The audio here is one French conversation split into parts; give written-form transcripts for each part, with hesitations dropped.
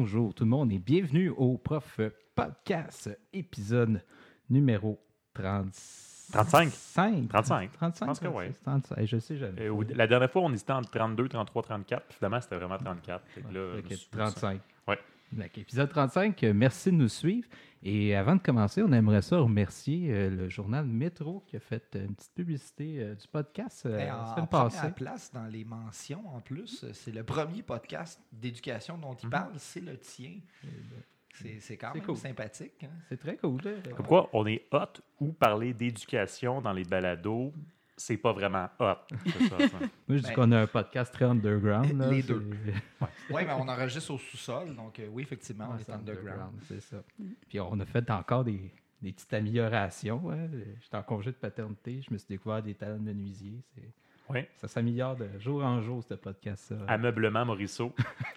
bonjour tout le monde et bienvenue au Prof Podcast, épisode numéro 35. 35. Je pense que oui. 35. Je sais jamais. La dernière fois, on hésitait entre 32, 33, 34. Puis finalement, c'était vraiment 34. Fait que là, Ok, 35. Oui. Épisode 35, merci de nous suivre. Et avant de commencer, on aimerait ça remercier le journal Métro qui a fait une petite publicité du podcast la semaine passée. En place dans les mentions, en plus, c'est le premier podcast d'éducation dont il parle, c'est le tien. C'est quand même cool. Sympathique. Hein? C'est très cool. Comme quoi, on est hot ou parler d'éducation dans les balados, c'est pas vraiment hot. C'est ça. Moi, je dis qu'on a un podcast très underground. Là, les deux. Oui, mais on enregistre au sous-sol, donc oui, effectivement, on est underground. C'est ça. Puis on a fait encore des petites améliorations. Hein. J'étais en congé de paternité, je me suis découvert des talents de menuisier. Oui. Ça s'améliore de jour en jour, ce podcast-là. Ameublement Morisseau.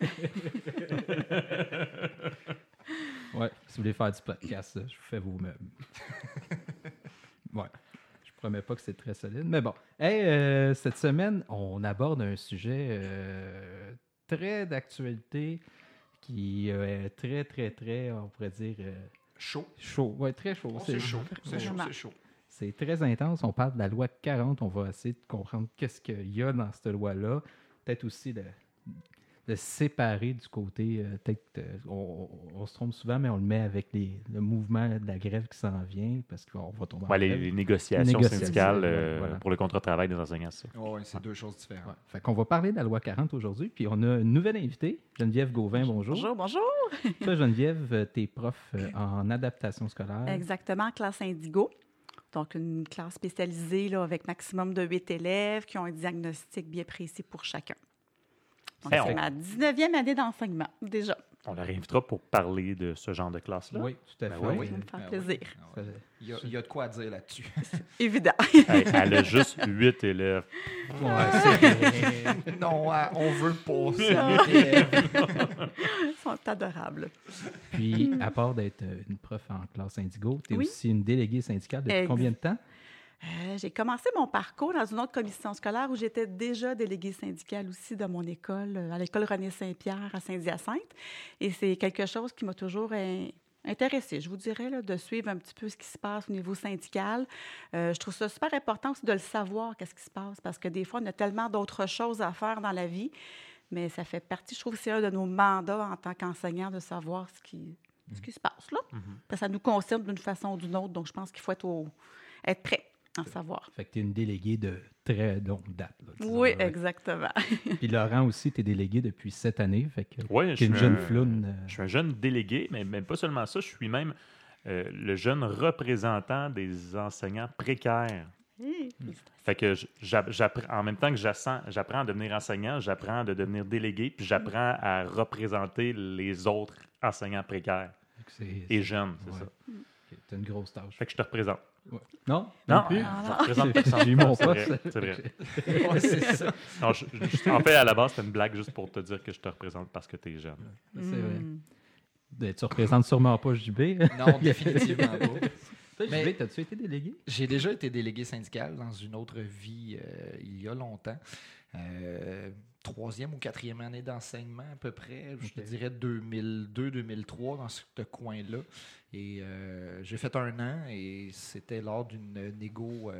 Ouais, si vous voulez faire du podcast, je vous fais vos meubles. Ouais. Je promets pas que c'est très solide, mais bon. Hey, cette semaine, on aborde un sujet très d'actualité qui est très, très, très, on pourrait dire... Chaud. Chaud, ouais, très chaud. C'est chaud. C'est très intense. On parle de la loi 40. On va essayer de comprendre qu'est-ce qu'il y a dans cette loi-là. Peut-être aussi de séparer du côté... on se trompe souvent, mais on le met avec le mouvement de la grève qui s'en vient parce qu'on va tomber en grève. Les négociations syndicales voilà. pour le contrat de travail des enseignants. Ça. Oui, c'est deux choses différentes. Ouais. Fait qu'on va parler de la loi 40 aujourd'hui. Puis on a une nouvelle invitée, Geneviève Gauvin. Bonjour. Bonjour. Toi, Geneviève, t'es prof en adaptation scolaire. Exactement, classe Indigo. Donc, une classe spécialisée là, avec maximum de 8 élèves qui ont un diagnostic bien précis pour chacun. Donc, c'est ma 19e année d'enseignement, déjà. On la réinvitera pour parler de ce genre de classe-là. Oui, tout à fait. oui. Ça me fait plaisir. Oui. Il y a de quoi dire là-dessus. Évident. Elle a juste 8 élèves. Non, on veut pas ça. Ils sont adorables. Puis, à part d'être une prof en classe Indigo, tu es aussi une déléguée syndicale depuis combien de temps? J'ai commencé mon parcours dans une autre commission scolaire où j'étais déjà déléguée syndicale aussi de mon école, à l'école René-Saint-Pierre à Saint-Hyacinthe. Et c'est quelque chose qui m'a toujours intéressée, je vous dirais, là, de suivre un petit peu ce qui se passe au niveau syndical. Je trouve ça super important aussi de le savoir, qu'est-ce qui se passe, parce que des fois, on a tellement d'autres choses à faire dans la vie, mais ça fait partie, je trouve, c'est un de nos mandats en tant qu'enseignant de savoir ce qui se passe là. Parce que ça nous concerne d'une façon ou d'une autre, donc je pense qu'il faut être prêt. En savoir. Fait que tu es une déléguée de très longue date. Là, oui, exactement. Puis Laurent aussi, tu es délégué depuis 7 années. Fait que oui, je suis un jeune délégué, mais même pas seulement ça, je suis même le jeune représentant des enseignants précaires. Fait que en même temps que j'apprends à devenir enseignant, j'apprends à devenir délégué, puis j'apprends à représenter les autres enseignants précaires et jeunes, c'est ça. Okay. Tu as une grosse tâche. Fait que je te représente. Ouais. Non, non, je représente personne. J'ai eu mon poste. C'est vrai. Ouais, c'est ça. Non, en fait, à la base, c'était une blague juste pour te dire que je te représente parce que tu es jeune. C'est vrai. Tu représentes sûrement pas JB. Non, définitivement pas. Toi, JB, as-tu été délégué? J'ai déjà été délégué syndical dans une autre vie il y a longtemps. 3e ou 4e année d'enseignement à peu près, je te dirais 2002-2003 dans ce coin-là. Et j'ai fait 1 an et c'était lors d'une négo...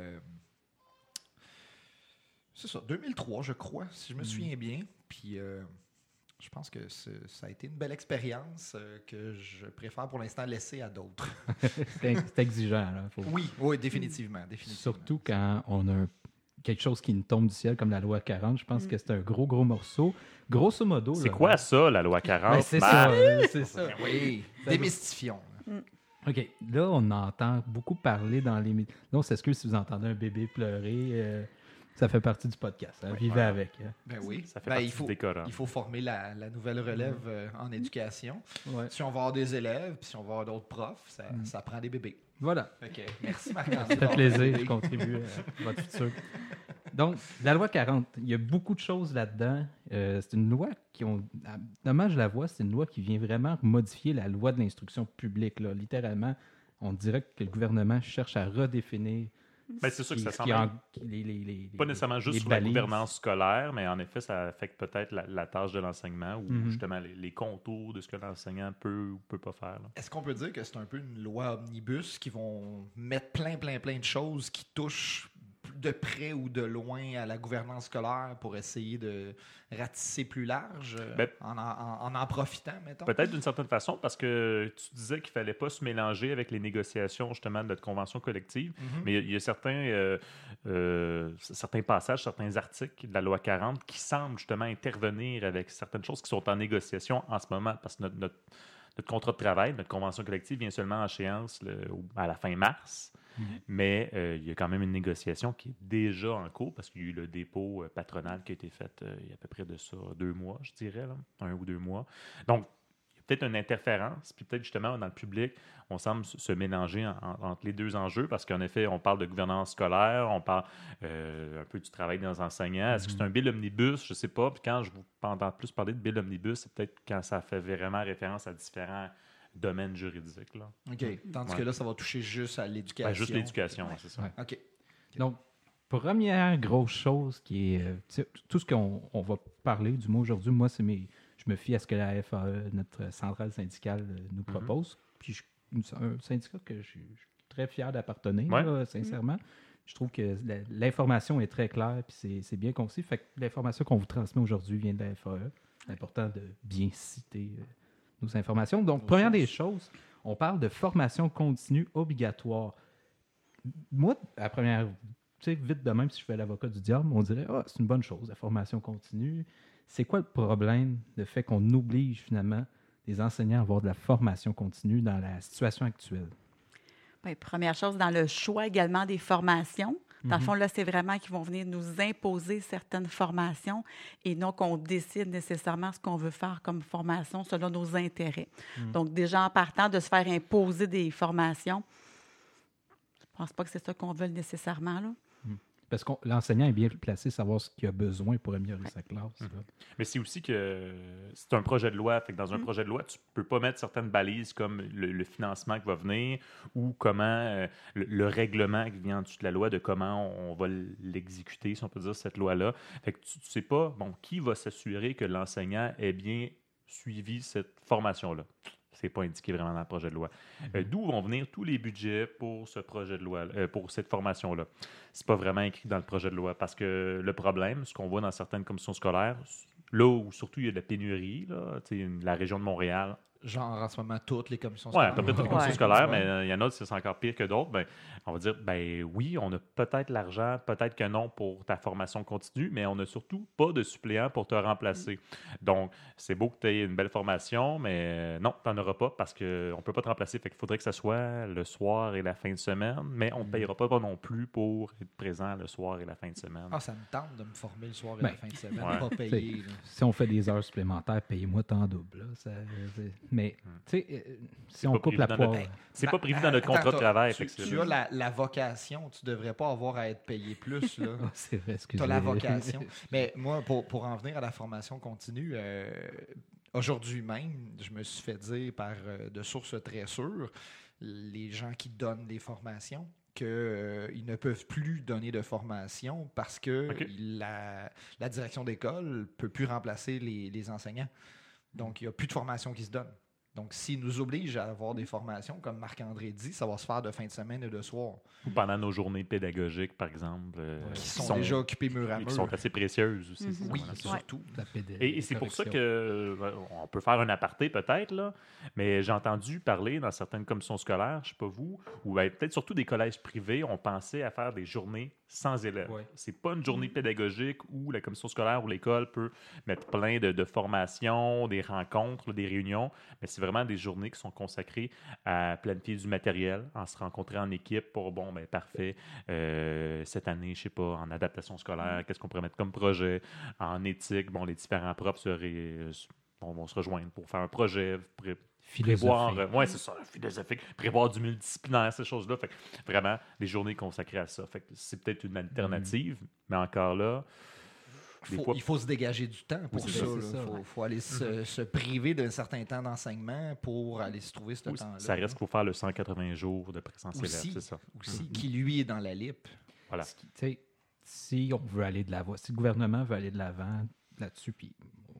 c'est ça, 2003 je crois, si je me souviens bien. Puis je pense que ça a été une belle expérience que je préfère pour l'instant laisser à d'autres. C'est exigeant. Là, Oui, définitivement. Surtout quand on a quelque chose qui nous tombe du ciel comme la loi 40, je pense que c'est un gros morceau. Grosso modo... C'est quoi ça, la loi 40? C'est ça. Oui, démystifions. OK. Là, on entend beaucoup parler dans les médias. Là, on s'excuse si vous entendez un bébé pleurer. Ça fait partie du podcast. Vivez avec. Ben oui. Ça fait partie du décor. Il faut former la nouvelle relève en éducation. Ouais. Si on va avoir des élèves, puis si on va avoir d'autres profs, ça prend des bébés. Voilà. Okay. Merci Marc-André. Ça fait plaisir de contribuer à votre futur. Donc, la loi 40, il y a beaucoup de choses là-dedans. C'est une loi comment je la vois, c'est une loi qui vient vraiment modifier la loi de l'instruction publique. Là. Littéralement, on dirait que le gouvernement cherche à redéfinir Ben, c'est sûr que ça qui semble pas nécessairement juste sur la gouvernance scolaire, mais en effet, ça affecte peut-être la tâche de l'enseignement ou justement les contours de ce que l'enseignant peut ou peut pas faire. Là. Est-ce qu'on peut dire que c'est un peu une loi omnibus qui vont mettre plein de choses qui touchent de près ou de loin à la gouvernance scolaire pour essayer de ratisser plus large en profitant, mettons? Peut-être d'une certaine façon, parce que tu disais qu'il ne fallait pas se mélanger avec les négociations justement de notre convention collective, mais il y a certains passages, certains articles de la loi 40 qui semblent justement intervenir avec certaines choses qui sont en négociation en ce moment, parce que notre contrat de travail, notre convention collective vient seulement en échéance à la fin mars. Mais il y a quand même une négociation qui est déjà en cours parce qu'il y a eu le dépôt patronal qui a été fait il y a à peu près de ça 2 mois, je dirais, là, 1 ou 2 mois. Donc, il y a peut-être une interférence, puis peut-être justement dans le public, on semble se mélanger entre les deux enjeux parce qu'en effet, on parle de gouvernance scolaire, on parle un peu du travail des enseignants. Est-ce que c'est un bill omnibus? Je ne sais pas. Puis quand je vous entends plus parler de bill omnibus, c'est peut-être quand ça fait vraiment référence à différents domaine juridique. Là. OK. Tandis que là, ça va toucher juste à l'éducation. Ben, juste l'éducation, c'est ça. OK. Donc, première grosse chose qui est... tout ce qu'on va parler, du moins aujourd'hui, moi, je me fie à ce que la FAE, notre centrale syndicale, nous propose. Puis, un syndicat que je suis très fier d'appartenir, là, sincèrement. Je trouve que l'information est très claire puis c'est bien concis. Fait que l'information qu'on vous transmet aujourd'hui vient de la FAE. C'est important de bien citer nos informations. Donc, première des choses, on parle de formation continue obligatoire. Moi, à première, vite de même, si je fais l'avocat du diable, on dirait c'est une bonne chose, la formation continue. C'est quoi le problème, le fait qu'on oblige finalement les enseignants à avoir de la formation continue dans la situation actuelle? Bien, première chose, dans le choix également des formations. Dans le fond, là, c'est vraiment qu'ils vont venir nous imposer certaines formations et non qu'on décide nécessairement ce qu'on veut faire comme formation selon nos intérêts. Donc, déjà en partant de se faire imposer des formations, je ne pense pas que c'est ça qu'on veut nécessairement, là. Parce que l'enseignant est bien placé à savoir ce qu'il a besoin pour améliorer sa classe. Mais c'est aussi que c'est un projet de loi. Fait que dans un projet de loi, tu ne peux pas mettre certaines balises comme le financement qui va venir ou comment le règlement qui vient en dessous de la loi de comment on va l'exécuter, si on peut dire, cette loi-là. Fait que tu ne sais pas, qui va s'assurer que l'enseignant ait bien suivi cette formation-là. C'est pas indiqué vraiment dans le projet de loi. D'où vont venir tous les budgets pour ce projet de loi, pour cette formation-là? C'est pas vraiment écrit dans le projet de loi parce que le problème, ce qu'on voit dans certaines commissions scolaires, là où surtout il y a de la pénurie, là, la région de Montréal. Genre en ce moment, toutes les commissions scolaires. Oui, à peu près toutes les commissions scolaires, mais il y en a qui c'est encore pire que d'autres. Ben, on va dire, oui, on a peut-être l'argent, peut-être que non pour ta formation continue, mais on n'a surtout pas de suppléant pour te remplacer. Donc, c'est beau que tu aies une belle formation, mais non, tu n'en auras pas parce qu'on ne peut pas te remplacer. Fait qu'il faudrait que ça soit le soir et la fin de semaine, mais on ne payera pas non plus pour être présent le soir et la fin de semaine. Ah, ça me tente de me former le soir et la fin de semaine, pas payer. Si on fait des heures supplémentaires, payez-moi tant double. Là, mais, tu sais, si on coupe la poire... C'est pas prévu dans notre contrat de travail. Tu as la vocation. Tu ne devrais pas avoir à être payé plus. Là. C'est vrai, tu as la vocation. Mais moi, pour en venir à la formation continue, aujourd'hui même, je me suis fait dire par de sources très sûres, les gens qui donnent des formations, qu'ils ne peuvent plus donner de formation parce que la direction d'école ne peut plus remplacer les enseignants. Donc, il n'y a plus de formation qui se donne. Donc, s'ils nous obligent à avoir des formations, comme Marc-André dit, ça va se faire de fin de semaine et de soir. Ou pendant nos journées pédagogiques, par exemple. Qui sont déjà occupées mur à mur. Qui sont assez précieuses aussi. Oui, surtout. Et c'est pour ça qu'on peut faire un aparté peut-être, là, mais j'ai entendu parler dans certaines commissions scolaires, je ne sais pas vous, ou peut-être surtout des collèges privés, on pensait à faire des journées sans élèves. C'est pas une journée pédagogique où la commission scolaire ou l'école peut mettre plein de formations, des rencontres, des réunions, mais c'est vraiment des journées qui sont consacrées à planifier du matériel, en se rencontrer en équipe pour, parfait, cette année, je sais pas, en adaptation scolaire, qu'est-ce qu'on pourrait mettre comme projet, en éthique, les différents profs vont se rejoindre pour faire un projet, prévoir, c'est ça, philosophique, prévoir du multidisciplinaire, ces choses-là. Fait que vraiment, des journées consacrées à ça. Fait que c'est peut-être une alternative, mais encore là, il faut se dégager du temps pour ça. Il faut aller se priver d'un certain temps d'enseignement pour aller se trouver ce temps-là. Ça reste qu'il faut faire le 180 jours de présentiel, c'est ça. Aussi, qui lui est dans la LIP. Voilà. Si on veut aller de l'avant, si le gouvernement veut aller de l'avant là-dessus, puis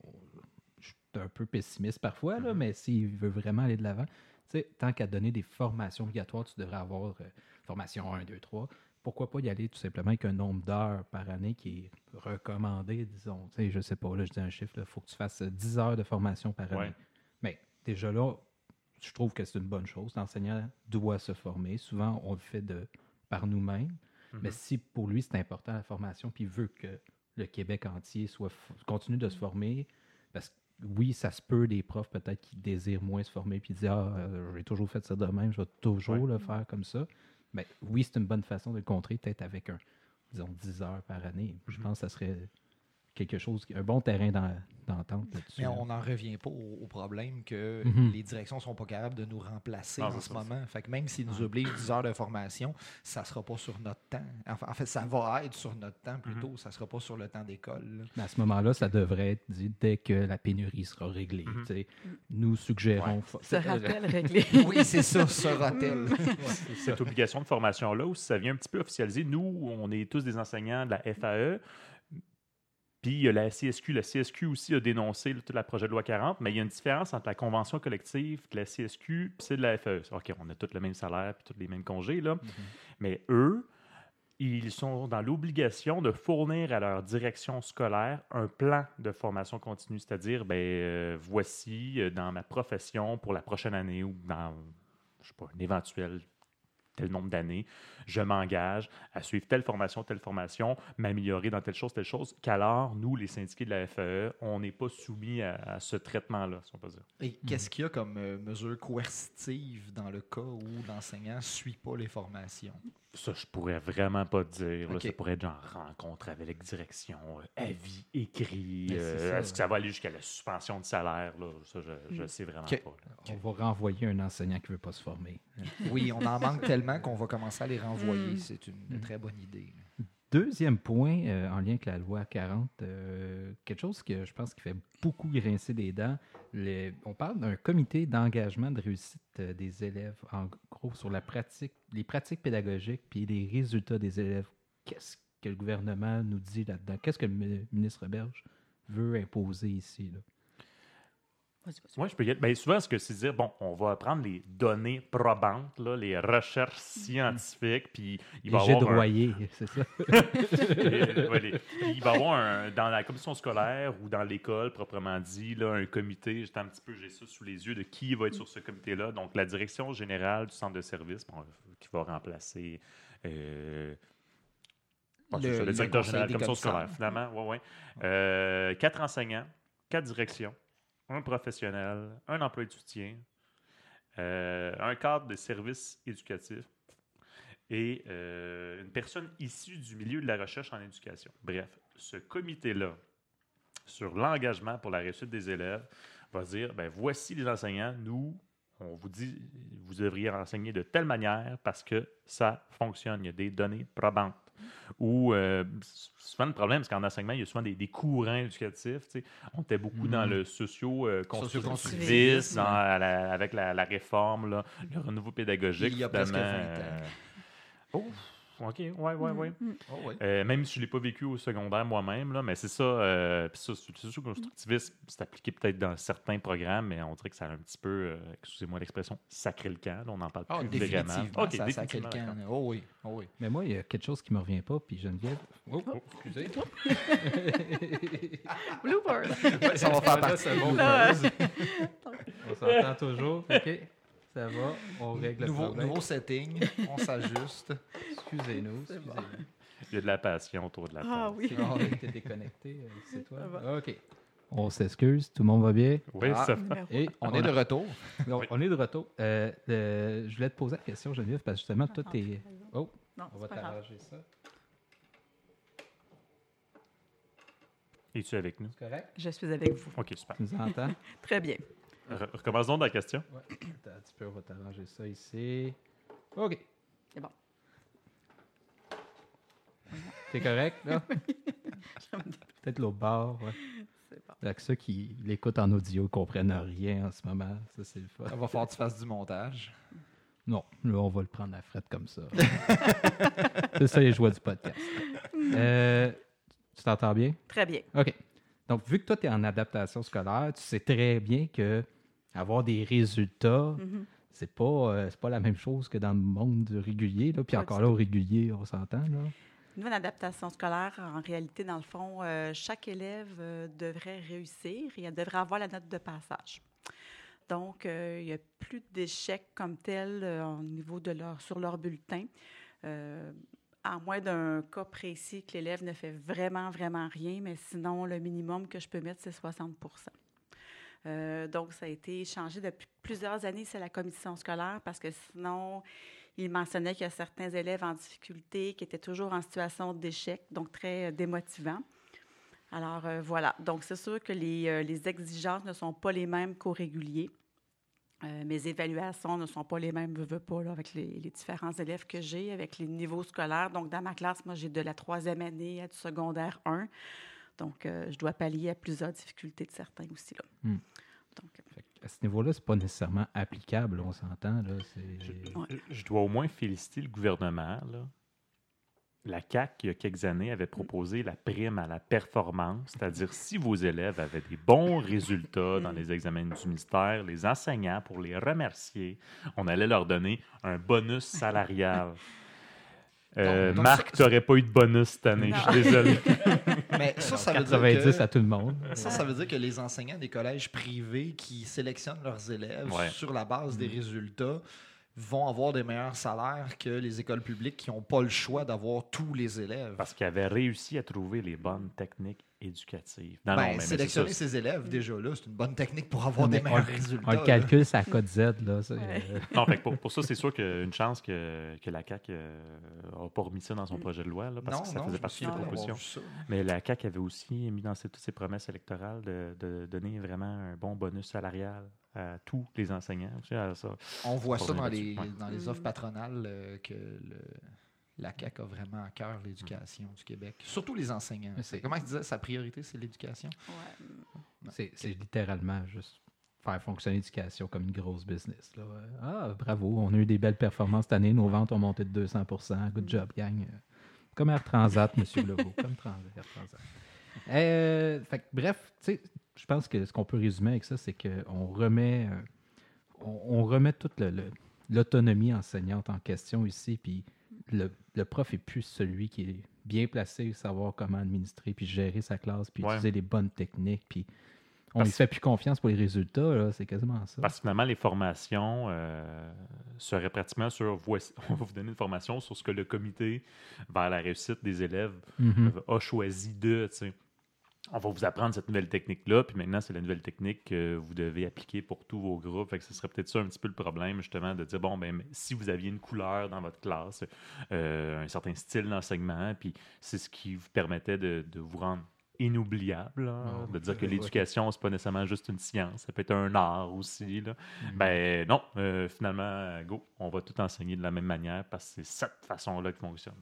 je suis un peu pessimiste parfois, là, mais s'il veut vraiment aller de l'avant, tant qu'à donner des formations obligatoires, tu devrais avoir formation 1, 2, 3. Pourquoi pas y aller tout simplement avec un nombre d'heures par année qui est recommandé, disons. Je ne sais pas, là, je dis un chiffre, il faut que tu fasses 10 heures de formation par année. Mais déjà là, je trouve que c'est une bonne chose. L'enseignant doit se former. Souvent, on le fait par nous-mêmes. Mais si pour lui, c'est important la formation, puis il veut que le Québec entier continue de se former, parce que oui, ça se peut des profs peut-être qui désirent moins se former, puis disent j'ai toujours fait ça de même, je vais toujours le faire comme ça. Mais oui, c'est une bonne façon de le contrer, peut-être avec disons 10 heures par année. Je pense que ça serait quelque chose, un bon terrain d'entente là-dessus. Mais on n'en revient pas au problème que les directions ne sont pas capables de nous remplacer en ce moment. Fait que même s'ils nous obligent 10 heures de formation, ça ne sera pas sur notre temps. En fait, ça va être sur notre temps plutôt. Ça ne sera pas sur le temps d'école. À ce moment-là, ça devrait être dit dès que la pénurie sera réglée. Nous suggérons... Sera-t-elle réglée? Oui, c'est ça, sera-t-elle. Cette obligation de formation-là, où ça vient un petit peu officialiser, nous, on est tous des enseignants de la FAE. Puis il y a la CSQ. La CSQ aussi a dénoncé tout le projet de loi 40, mais il y a une différence entre la convention collective de la CSQ et celle de la FAE. OK, on a tous le même salaire puis tous les mêmes congés, là. Mais eux, ils sont dans l'obligation de fournir à leur direction scolaire un plan de formation continue, c'est-à-dire, voici, dans ma profession pour la prochaine année ou dans, je sais pas, un éventuel tel nombre d'années, je m'engage à suivre telle formation, m'améliorer dans telle chose, qu'alors, nous, les syndiqués de la FAE, on n'est pas soumis à ce traitement-là, si on peut dire. Et qu'est-ce qu'il y a comme mesure coercitive dans le cas où l'enseignant ne suit pas les formations? Ça, je pourrais vraiment pas te dire. Là, Okay. ça pourrait être genre rencontre avec la direction, avis écrit. Est-ce que ça va aller jusqu'à la suspension de salaire? Là? Ça, je sais vraiment pas. Là. On va renvoyer un enseignant qui ne veut pas se former. Oui, on en manque tellement qu'on va commencer à les renvoyer. C'est une très bonne idée. Deuxième point, en lien avec la loi 40, quelque chose que je pense qui fait beaucoup grincer des dents. On parle d'un comité d'engagement de réussite des élèves, en gros, sur les pratiques pédagogiques puis les résultats des élèves. Qu'est-ce que le gouvernement nous dit là-dedans? Qu'est-ce que le ministre Berge veut imposer ici, là? Moi, je peux y aller. Souvent, ce que c'est dire, on va prendre les données probantes, là, les recherches scientifiques, puis il va y avoir Royer, c'est ça? Il va y avoir dans la commission scolaire ou dans l'école, proprement dit, là, un comité, j'ai ça sous les yeux, de qui va être sur ce comité-là. Donc, la direction générale du centre de service, qui va remplacer... le directeur général de la commission scolaire, finalement. 4 enseignants, 4 directions, un professionnel, un employé de soutien, un cadre de services éducatifs et une personne issue du milieu de la recherche en éducation. Bref, ce comité-là, sur l'engagement pour la réussite des élèves, va dire, voici les enseignants, nous, on vous dit, vous devriez enseigner de telle manière parce que ça fonctionne, il y a des données probantes. Ou souvent le problème, c'est qu'en enseignement, il y a souvent des courants éducatifs. T'sais. On était beaucoup dans le socio-constructivisme, avec la réforme, là, le renouveau pédagogique. Il y a presque 20 ans. OK, ouais. Même si je ne l'ai pas vécu au secondaire moi-même, là, mais c'est ça. Puis ça, le socio-constructivisme, c'est appliqué peut-être dans certains programmes, mais on dirait que ça a un petit peu, excusez-moi l'expression, sacré le camp. Là, on n'en parle plus vraiment. OK, ça sacré le camp. Oh oui. Mais moi, il y a quelque chose qui ne me revient pas, puis Geneviève... excusez. Bloopers! Ça va faire partie de bloopers. On s'entend toujours. OK. Ça va, on règle le problème. Nouveau setting, on s'ajuste. Excusez-nous. Il y a de la passion autour de la table. Ah oui. T'es déconnecté, c'est toi? OK. On s'excuse, tout le monde va bien? Oui, ça va. Et on est de retour. On est de retour. Je voulais te poser la question, Geneviève, parce que justement, toi, t'es... Oh, non, on va t'arranger ça. Es-tu avec nous? C'est correct? Je suis avec vous. OK, super. Tu nous entends? Très bien. Recommence donc la question. Oui, attends un petit peu, on va t'arranger ça ici. OK. C'est bon. T'es correct, là? Peut-être l'autre bord, ouais. C'est bon. Fait que ceux qui l'écoutent en audio ne comprennent rien en ce moment. Ça, c'est le fun. Il va falloir que tu fasses du montage. Non, là, on va le prendre à frette comme ça. C'est ça les joies du podcast. Tu t'entends bien? Très bien. OK. Donc, vu que toi, tu es en adaptation scolaire, tu sais très bien que avoir des résultats, c'est pas la même chose que dans le monde régulier. Là. Puis Pas encore du là, tout. au régulier, on s'entend. Là. Nous, en adaptation scolaire, en réalité, dans le fond, chaque élève devrait réussir et elle devrait avoir la note de passage. Donc, il n'y a plus d'échecs comme tel au niveau de sur leur bulletin, à moins d'un cas précis que l'élève ne fait vraiment, vraiment rien, mais sinon, le minimum que je peux mettre, c'est 60 donc, ça a été changé depuis plusieurs années, c'est la commission scolaire, parce que sinon, il mentionnait qu'il y a certains élèves en difficulté qui étaient toujours en situation d'échec, donc très démotivant. Alors, voilà. Donc, c'est sûr que les exigences ne sont pas les mêmes qu'au régulier. Mes évaluations ne sont pas les mêmes, veux pas, là, avec les différents élèves que j'ai, avec les niveaux scolaires. Donc, dans ma classe, moi, j'ai de la 3e année à du secondaire 1. Donc, je dois pallier à plusieurs difficultés de certains aussi, là. Donc, à ce niveau-là, c'est pas nécessairement applicable, on s'entend. Là, Je dois au moins féliciter le gouvernement, là. La CAQ, il y a quelques années, avait proposé la prime à la performance, c'est-à-dire si vos élèves avaient des bons résultats dans les examens du ministère, les enseignants, pour les remercier, on allait leur donner un bonus salarial. Donc, Marc, tu n'aurais pas eu de bonus cette année, Non. je suis désolé. Mais ça veut 90 dire à tout le monde. ça veut dire que les enseignants des collèges privés qui sélectionnent leurs élèves sur la base des résultats vont avoir des meilleurs salaires que les écoles publiques qui n'ont pas le choix d'avoir tous les élèves. Parce qu'ils avaient réussi à trouver les bonnes techniques éducatives. Non, Ben, mais sélectionner c'est ça. ses élèves, déjà là, c'est une bonne technique pour avoir Mais des meilleurs résultats. On le calcule, ça code Z. Là, Non, fait que pour ça, c'est sûr qu'une chance que la CAQ n'a pas remis ça dans son projet de loi, là, parce que ça faisait partie des propositions. Mais la CAQ avait aussi mis dans toutes ses promesses électorales de donner vraiment un bon bonus salarial à tous les enseignants. On voit ça dans les offres patronales que la CAQ a vraiment à cœur l'éducation du Québec. Surtout les enseignants. Comment il disait, sa priorité, c'est l'éducation? C'est littéralement juste faire fonctionner l'éducation comme une grosse business. Là. Ah, bravo, on a eu des belles performances cette année. Nos ventes ont monté de 200 %. Good job, gang. Comme Air Transat, M. Legault. Comme Air Transat. Fait que, bref, tu sais, je pense que ce qu'on peut résumer avec ça, c'est qu'on remet, on remet toute l'autonomie enseignante en question ici, puis le prof n'est plus celui qui est bien placé à savoir comment administrer, puis gérer sa classe, puis utiliser les bonnes techniques, puis on ne lui fait plus confiance pour les résultats, là, c'est quasiment ça. Parce que finalement, les formations seraient pratiquement sur... On va vous donner une formation sur ce que le comité vers la réussite des élèves a choisi de... T'sais. On va vous apprendre cette nouvelle technique-là, puis maintenant, c'est la nouvelle technique que vous devez appliquer pour tous vos groupes. Fait que ce serait peut-être ça un petit peu le problème, justement, de dire, bon, ben si vous aviez une couleur dans votre classe, un certain style d'enseignement, puis c'est ce qui vous permettait de vous rendre inoubliable, là, de dire que l'éducation, c'est pas nécessairement juste une science, ça peut être un art aussi. Là. Ben non, finalement, on va tout enseigner de la même manière parce que c'est cette façon-là qui fonctionne.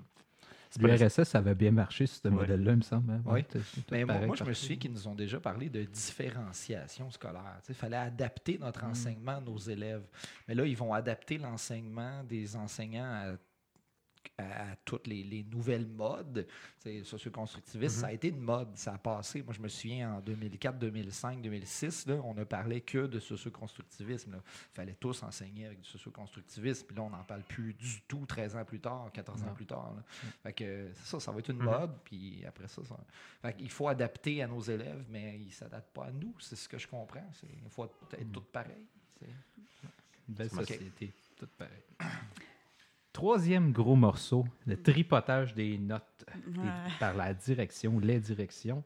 L'URSS, ça avait bien marché sur ce modèle-là, il me semble. Hein? Oui. Mais moi, je me souviens qu'ils nous ont déjà parlé de différenciation scolaire. Il fallait adapter notre enseignement à nos élèves. Mais là, ils vont adapter l'enseignement des enseignants à toutes les nouvelles modes. Socioconstructiviste, ça a été une mode, ça a passé. Moi, je me souviens en 2004, 2005, 2006, là, on ne parlait que de socioconstructivisme. Il fallait tous enseigner avec du socioconstructivisme. Puis là, on n'en parle plus du tout 13 ans plus tard, 14 ans plus tard. Là. Fait que ça va être une mode. Puis après ça. Fait qu'il faut adapter à nos élèves, mais ils ne s'adaptent pas à nous. C'est ce que je comprends. Il faut être tout pareil. Une belle société, tout pareil. Troisième gros morceau, le tripotage des notes par la direction, les directions.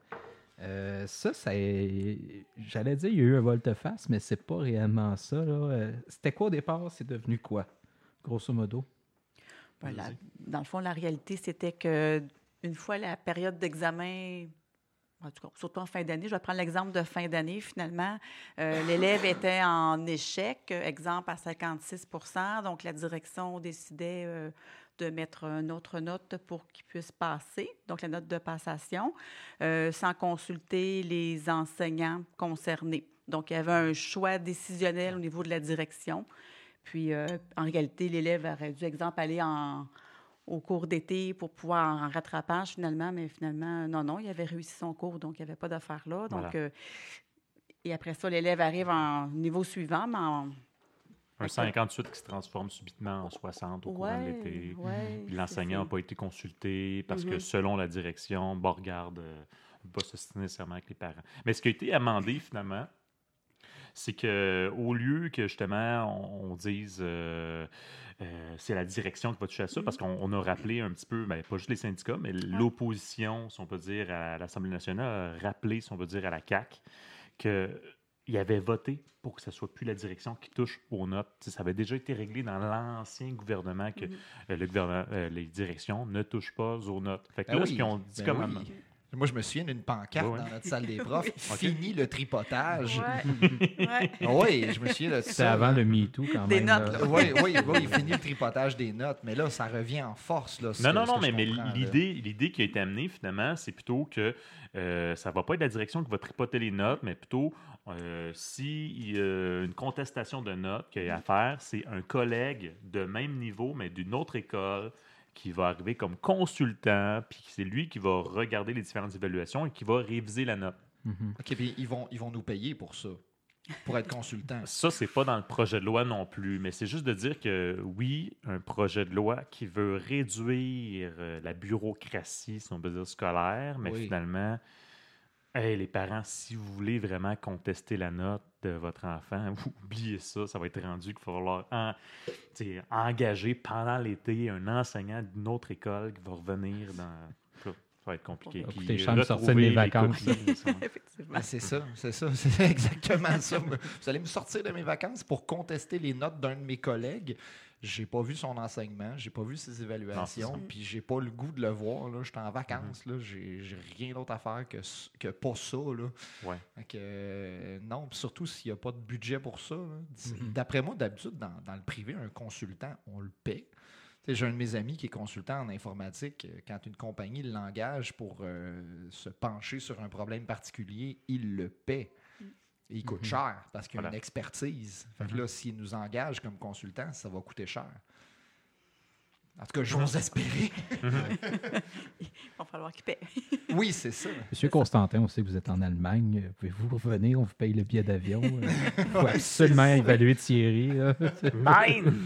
J'allais dire, il y a eu un volte-face, mais c'est pas réellement ça. Là. C'était quoi au départ? C'est devenu quoi, grosso modo? Dans le fond, la réalité, c'était que une fois la période d'examen... En tout cas, surtout en fin d'année. Je vais prendre l'exemple de fin d'année, finalement. L'élève était en échec, exemple à 56 %. Donc, la direction décidait de mettre une autre note pour qu'il puisse passer, donc la note de passation, sans consulter les enseignants concernés. Donc, il y avait un choix décisionnel au niveau de la direction. Puis, en réalité, l'élève aurait dû, exemple, aller au cours d'été pour pouvoir en rattrapage, finalement. Mais finalement, non, il avait réussi son cours, donc il n'y avait pas d'affaire là. Donc, Voilà. et après ça, l'élève arrive en niveau suivant, mais Un 58 qui se transforme subitement en 60 au courant de l'été. Puis l'enseignant n'a pas été consulté parce que selon la direction, regarde, ne pas s'ostiner nécessairement avec les parents. Mais ce qui a été amendé finalement, c'est qu'au lieu que justement on dise c'est la direction qui va toucher à ça, parce qu'on a rappelé un petit peu, pas juste les syndicats, mais l'opposition, si on peut dire, à l'Assemblée nationale, a rappelé, si on veut dire, à la CAQ, qu'il avait voté pour que ce ne soit plus la direction qui touche aux notes. T'sais, ça avait déjà été réglé dans l'ancien gouvernement que les directions ne touchent pas aux notes. Fait que là, ce qu'ils ont dit comme... Oui. Moi, je me souviens d'une pancarte dans notre salle des profs. Fini le tripotage. Oui, je me souviens de ça. C'était avant le MeToo, quand des même. Notes, Oui, fini le tripotage des notes. Mais là, ça revient en force. Là, mais l'idée qui a été amenée, finalement, c'est plutôt que ça ne va pas être la direction qui va tripoter les notes, mais plutôt, s'il y a une contestation de notes qu'il y a à faire, c'est un collègue de même niveau, mais d'une autre école, qui va arriver comme consultant, puis c'est lui qui va regarder les différentes évaluations et qui va réviser la note. OK, puis ils vont nous payer pour ça, pour être consultant. Ça, c'est pas dans le projet de loi non plus, mais c'est juste de dire que, oui, un projet de loi qui veut réduire la bureaucratie, si on peut dire, scolaire, mais finalement, les parents, si vous voulez vraiment contester la note de votre enfant, oubliez ça, ça va être rendu qu'il va falloir engager pendant l'été un enseignant d'une autre école qui va revenir dans... Ça va être compliqué. Écoutez, je vais me sortir de mes vacances. C'est ça, c'est exactement ça. Vous allez me sortir de mes vacances pour contester les notes d'un de mes collègues. J'ai pas vu son enseignement, j'ai pas vu ses évaluations, puis j'ai pas le goût de le voir. Là. Je suis en vacances, là, j'ai rien d'autre à faire que pas ça. Là. Ouais. Non, puis surtout s'il n'y a pas de budget pour ça. D'après moi, d'habitude, dans le privé, un consultant, on le paie. J'ai un de mes amis qui est consultant en informatique. Quand une compagnie l'engage pour se pencher sur un problème particulier, il le paie. Et il coûte cher parce qu'il y a une expertise. Fait que là, s'il nous engage comme consultant, ça va coûter cher. En tout cas, j'ose espérer. Il va falloir qu'il paie. Oui, c'est ça. Monsieur Constantin, on sait que vous êtes en Allemagne. Pouvez-vous revenir? On vous paye le billet d'avion. Il faut absolument évaluer Thierry. Mine!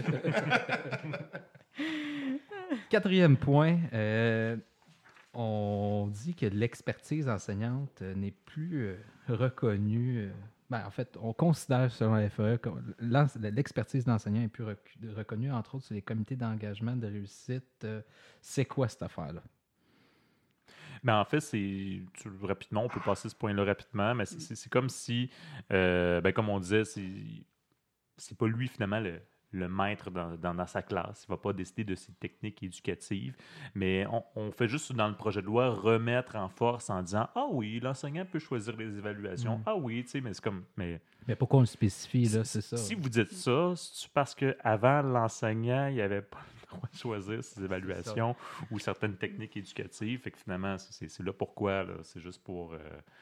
4e point. On dit que l'expertise enseignante n'est plus reconnue. En fait, on considère, selon la FAE, que l'expertise d'enseignant n'est plus reconnue, entre autres, sur les comités d'engagement de réussite. C'est quoi cette affaire-là? Mais en fait, rapidement, on peut passer ce point-là rapidement, mais c'est comme si, comme on disait, c'est pas lui, finalement, le maître dans sa classe. Il ne va pas décider de ses techniques éducatives, mais on fait juste, dans le projet de loi, remettre en force en disant « Ah oui, l'enseignant peut choisir les évaluations. Ah oui, tu sais, mais c'est comme... » Mais pourquoi on le spécifie, là, c'est ça? Si vous dites ça, c'est parce qu'avant, l'enseignant, il n'avait pas le droit de choisir ses évaluations ou certaines techniques éducatives. Fait que finalement, c'est là pourquoi. Là, c'est juste pour...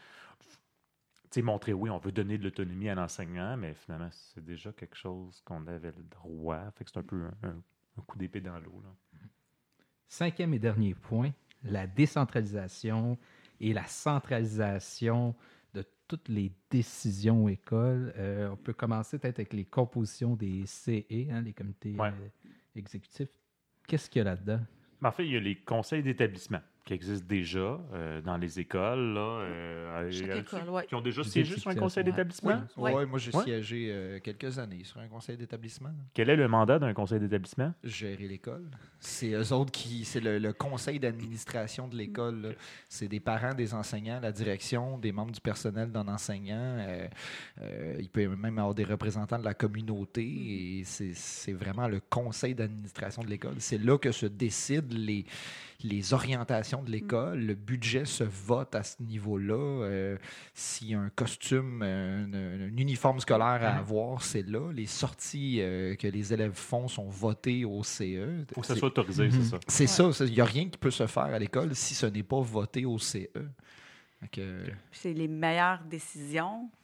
montrer, oui, on veut donner de l'autonomie à l'enseignant, mais finalement, c'est déjà quelque chose qu'on avait le droit. Fait que c'est un peu un coup d'épée dans l'eau. 5e et dernier point, la décentralisation et la centralisation de toutes les décisions aux écoles. On peut commencer peut-être avec les compositions des CE, les comités exécutifs. Qu'est-ce qu'il y a là-dedans? En fait, il y a les conseils d'établissement qui existent déjà dans les écoles. Là, qui ont déjà siégé sur un conseil d'établissement? Oui, moi j'ai siégé quelques années sur un conseil d'établissement. Quel est le mandat d'un conseil d'établissement? Gérer l'école. C'est eux autres c'est le conseil d'administration de l'école. Là. C'est des parents, des enseignants, la direction, des membres du personnel d'un enseignant. Il peut même avoir des représentants de la communauté. Et c'est vraiment le conseil d'administration de l'école. C'est là que se décident les orientations de l'école, le budget se vote à ce niveau-là. S'il y a un costume, un uniforme scolaire à avoir, c'est là. Les sorties que les élèves font sont votées au CE. Il faut que ça soit autorisé, c'est ça. C'est ça. Il n'y a rien qui peut se faire à l'école si ce n'est pas voté au CE. C'est les meilleures décisions.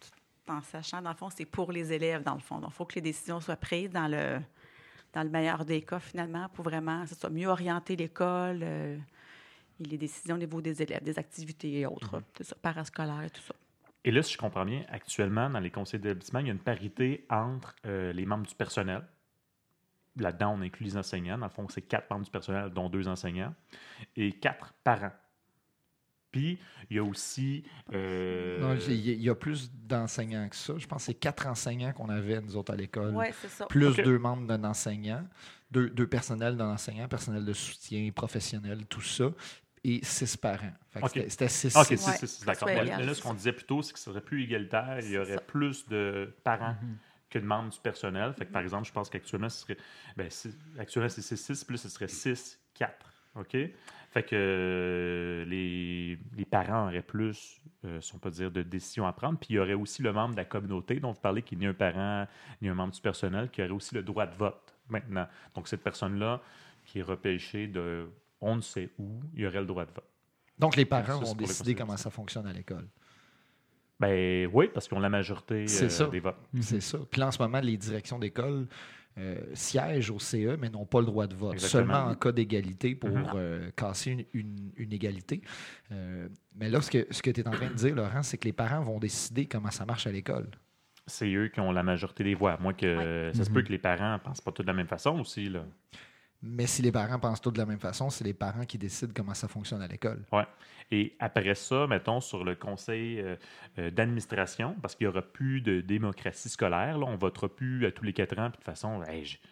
en sachant, dans le fond, c'est pour les élèves, dans le fond. Donc, il faut que les décisions soient prises dans le meilleur des cas, finalement, pour vraiment que ce soit mieux orienter l'école et les décisions au niveau des élèves, des activités et autres, tout ça, parascolaires et tout ça. Et là, si je comprends bien, actuellement, dans les conseils d'établissement, il y a une parité entre les membres du personnel. Là-dedans, on inclut les enseignants. Dans le fond, c'est 4 membres du personnel, dont 2 enseignants, et 4 parents. Puis, il y a aussi... Non, il y a plus d'enseignants que ça. Je pense que c'est 4 enseignants qu'on avait, nous autres, à l'école. Oui, c'est ça. Plus 2 membres d'un enseignant, 2 personnels d'un enseignant, personnel de soutien, professionnel, tout ça, et 6 parents. Fait que c'était 6. OK, 6, d'accord. Ouais, Mais là, ce qu'on disait plus tôt, c'est que ce serait plus égalitaire. Il y aurait plus de parents que de membres du personnel. Fait que, par exemple, je pense qu'actuellement, ce serait... actuellement, c'est 6, plus ce serait 6, 4. OK? Fait que les parents auraient plus, si on peut dire, de décisions à prendre. Puis il y aurait aussi le membre de la communauté dont vous parlez, qui n'est ni un parent ni un membre du personnel, qui aurait aussi le droit de vote maintenant. Donc cette personne-là qui est repêchée de on ne sait où, il y aurait le droit de vote. Donc les parents vont décider comment ça fonctionne à l'école. Ben oui, parce qu'ils ont la majorité des votes. C'est ça. Puis là, en ce moment, les directions d'école siègent au CE, mais n'ont pas le droit de vote. Exactement. Seulement en cas d'égalité pour casser une égalité. Mais là, ce que tu es en train de dire, Laurent, c'est que les parents vont décider comment ça marche à l'école. C'est eux qui ont la majorité des voix. Moi, ça se peut que les parents ne pensent pas tous de la même façon aussi, là. Mais si les parents pensent tous de la même façon, c'est les parents qui décident comment ça fonctionne à l'école. Oui. Et après ça, mettons, sur le conseil d'administration, parce qu'il n'y aura plus de démocratie scolaire, là, on ne votera plus à tous les 4 ans. Puis de toute façon,